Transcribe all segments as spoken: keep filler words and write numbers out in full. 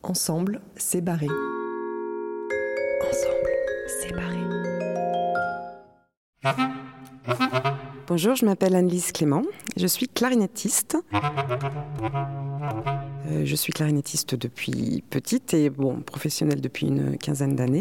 Ensemble, c'est barré. Ensemble, c'est barré. Bonjour, je m'appelle Anne-Lise Clément, je suis clarinettiste. Euh, je suis clarinettiste depuis petite et bon, professionnelle depuis une quinzaine d'années.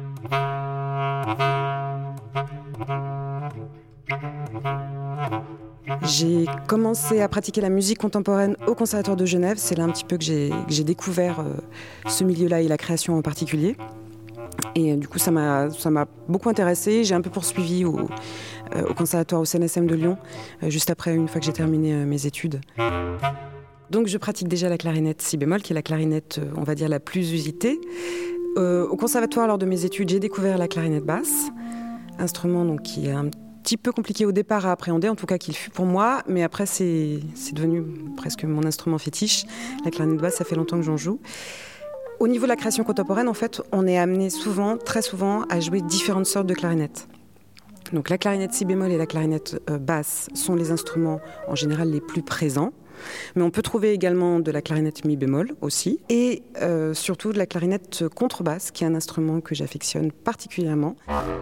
J'ai commencé à pratiquer la musique contemporaine au Conservatoire de Genève. C'est là un petit peu que j'ai, que j'ai découvert euh, ce milieu-là et la création en particulier. Et euh, du coup, ça m'a, ça m'a beaucoup intéressée. J'ai un peu poursuivi au, euh, au Conservatoire au C N S M de Lyon, euh, juste après, une fois que j'ai terminé euh, mes études. Donc je pratique déjà la clarinette si bémol, qui est la clarinette, euh, on va dire, la plus usitée. Euh, au Conservatoire, lors de mes études, j'ai découvert la clarinette basse, instrument donc, qui est un petit peu compliqué au départ à appréhender, en tout cas qu'il fut pour moi, mais après c'est, c'est devenu presque mon instrument fétiche. La clarinette basse, ça fait longtemps que j'en joue. Au niveau de la création contemporaine, en fait, on est amené souvent, très souvent, à jouer différentes sortes de clarinettes. Donc la clarinette si bémol et la clarinette euh, basse sont les instruments en général les plus présents. Mais on peut trouver également de la clarinette mi bémol aussi, et euh, surtout de la clarinette contrebasse, qui est un instrument que j'affectionne particulièrement.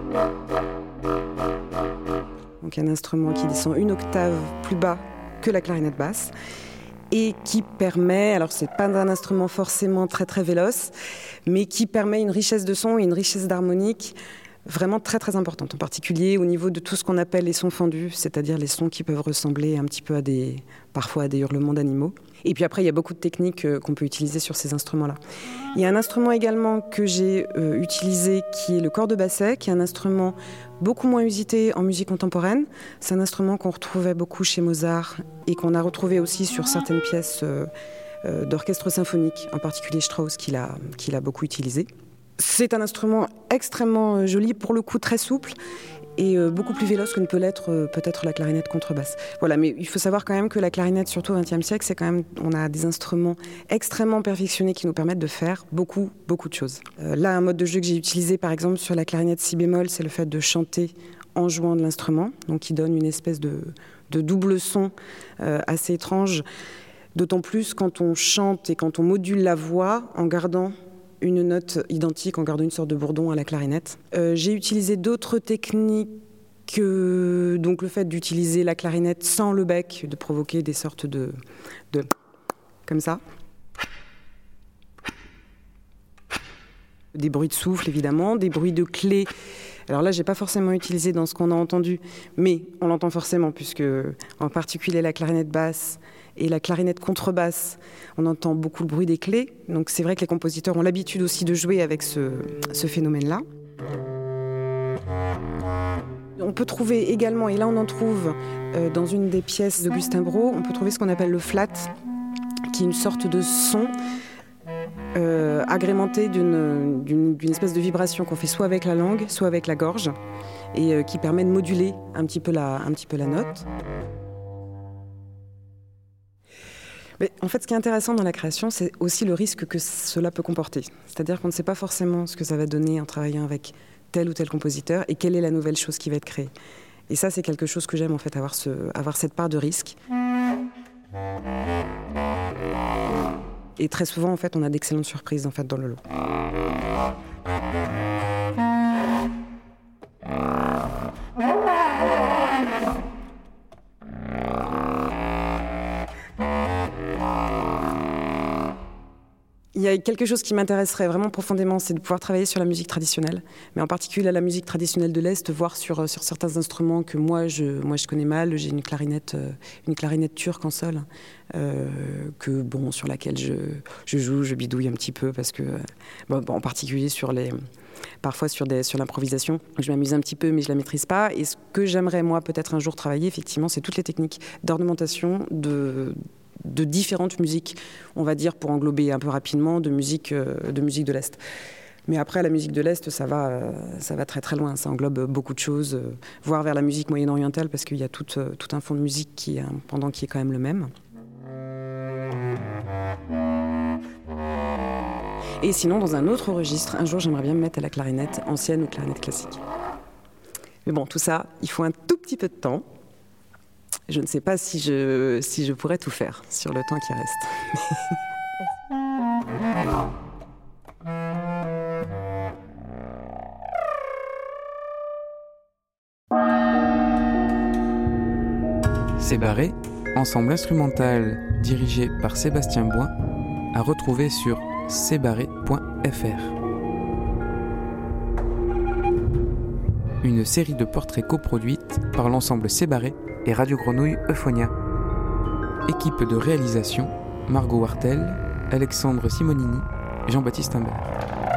Donc un instrument qui descend une octave plus bas que la clarinette basse, et qui permet, alors c'est pas un instrument forcément très très véloce, mais qui permet une richesse de son et une richesse d'harmonique vraiment très très importante, en particulier au niveau de tout ce qu'on appelle les sons fendus, c'est-à-dire les sons qui peuvent ressembler un petit peu à des, parfois à des hurlements d'animaux. Et puis après, il y a beaucoup de techniques euh, qu'on peut utiliser sur ces instruments-là. Il y a un instrument également que j'ai euh, utilisé qui est le cor de basset, qui est un instrument beaucoup moins usité en musique contemporaine. C'est un instrument qu'on retrouvait beaucoup chez Mozart et qu'on a retrouvé aussi sur certaines pièces euh, euh, d'orchestre symphonique, en particulier Strauss qui l'a, qui l'a beaucoup utilisé. C'est un instrument extrêmement joli, pour le coup très souple et euh, beaucoup plus véloce que ne peut l'être euh, peut-être la clarinette contrebasse. Voilà, mais il faut savoir quand même que la clarinette, surtout au vingtième siècle, c'est quand même, on a des instruments extrêmement perfectionnés qui nous permettent de faire beaucoup, beaucoup de choses. Euh, là, un mode de jeu que j'ai utilisé par exemple sur la clarinette si bémol, c'est le fait de chanter en jouant de l'instrument, donc qui donne une espèce de, de double son euh, assez étrange, d'autant plus quand on chante et quand on module la voix en gardant une note identique, en gardant une sorte de bourdon à la clarinette. Euh, j'ai utilisé d'autres techniques, que, donc le fait d'utiliser la clarinette sans le bec, de provoquer des sortes de... de comme ça. Des bruits de souffle, évidemment, des bruits de clés. Alors là, je n'ai pas forcément utilisé dans ce qu'on a entendu, mais on l'entend forcément, puisque en particulier la clarinette basse et la clarinette contrebasse, on entend beaucoup le bruit des clés. Donc c'est vrai que les compositeurs ont l'habitude aussi de jouer avec ce, ce phénomène-là. On peut trouver également, et là on en trouve euh, dans une des pièces d'Augustin Brault, on peut trouver ce qu'on appelle le flat, qui est une sorte de son euh, agrémenté d'une, d'une, d'une espèce de vibration qu'on fait soit avec la langue, soit avec la gorge, et euh, qui permet de moduler un petit peu la, un petit peu la note. Mais en fait, ce qui est intéressant dans la création, c'est aussi le risque que cela peut comporter. C'est-à-dire qu'on ne sait pas forcément ce que ça va donner en travaillant avec tel ou tel compositeur et quelle est la nouvelle chose qui va être créée. Et ça, c'est quelque chose que j'aime, en fait, avoir, ce, avoir cette part de risque. Et très souvent, en fait, on a d'excellentes surprises, en fait, dans le lot. Il y a quelque chose qui m'intéresserait vraiment profondément, c'est de pouvoir travailler sur la musique traditionnelle, mais en particulier la musique traditionnelle de l'Est, voire sur, sur certains instruments que moi je, moi je connais mal. J'ai une clarinette, une clarinette turque en sol, euh, que, bon, sur laquelle je, je joue, je bidouille un petit peu, parce que, bon, en particulier sur les, parfois sur, des, sur l'improvisation, je m'amuse un petit peu, mais je ne la maîtrise pas. Et ce que j'aimerais, moi, peut-être un jour travailler, effectivement, c'est toutes les techniques d'ornementation, de... de différentes musiques, on va dire, pour englober un peu rapidement, de musique, euh, de, musique de l'Est. Mais après, la musique de l'Est, ça va, euh, ça va très très loin, ça englobe beaucoup de choses, euh, voire vers la musique moyen-orientale, parce qu'il y a tout, euh, tout un fond de musique qui est, pendant qui est quand même le même. Et sinon, dans un autre registre, un jour, j'aimerais bien me mettre à la clarinette ancienne ou clarinette classique. Mais bon, tout ça, il faut un tout petit peu de temps. Je ne sais pas si je, si je pourrais tout faire sur le temps qui reste. C'est barré, ensemble instrumental dirigé par Sébastien Boin, à retrouver sur c'est barré point f r. Une série de portraits coproduites par l'ensemble C'est barré et Radio Grenouille Euphonia. Équipe de réalisation, Margot Wartel, Alexandre Simonini, Jean-Baptiste Imbert.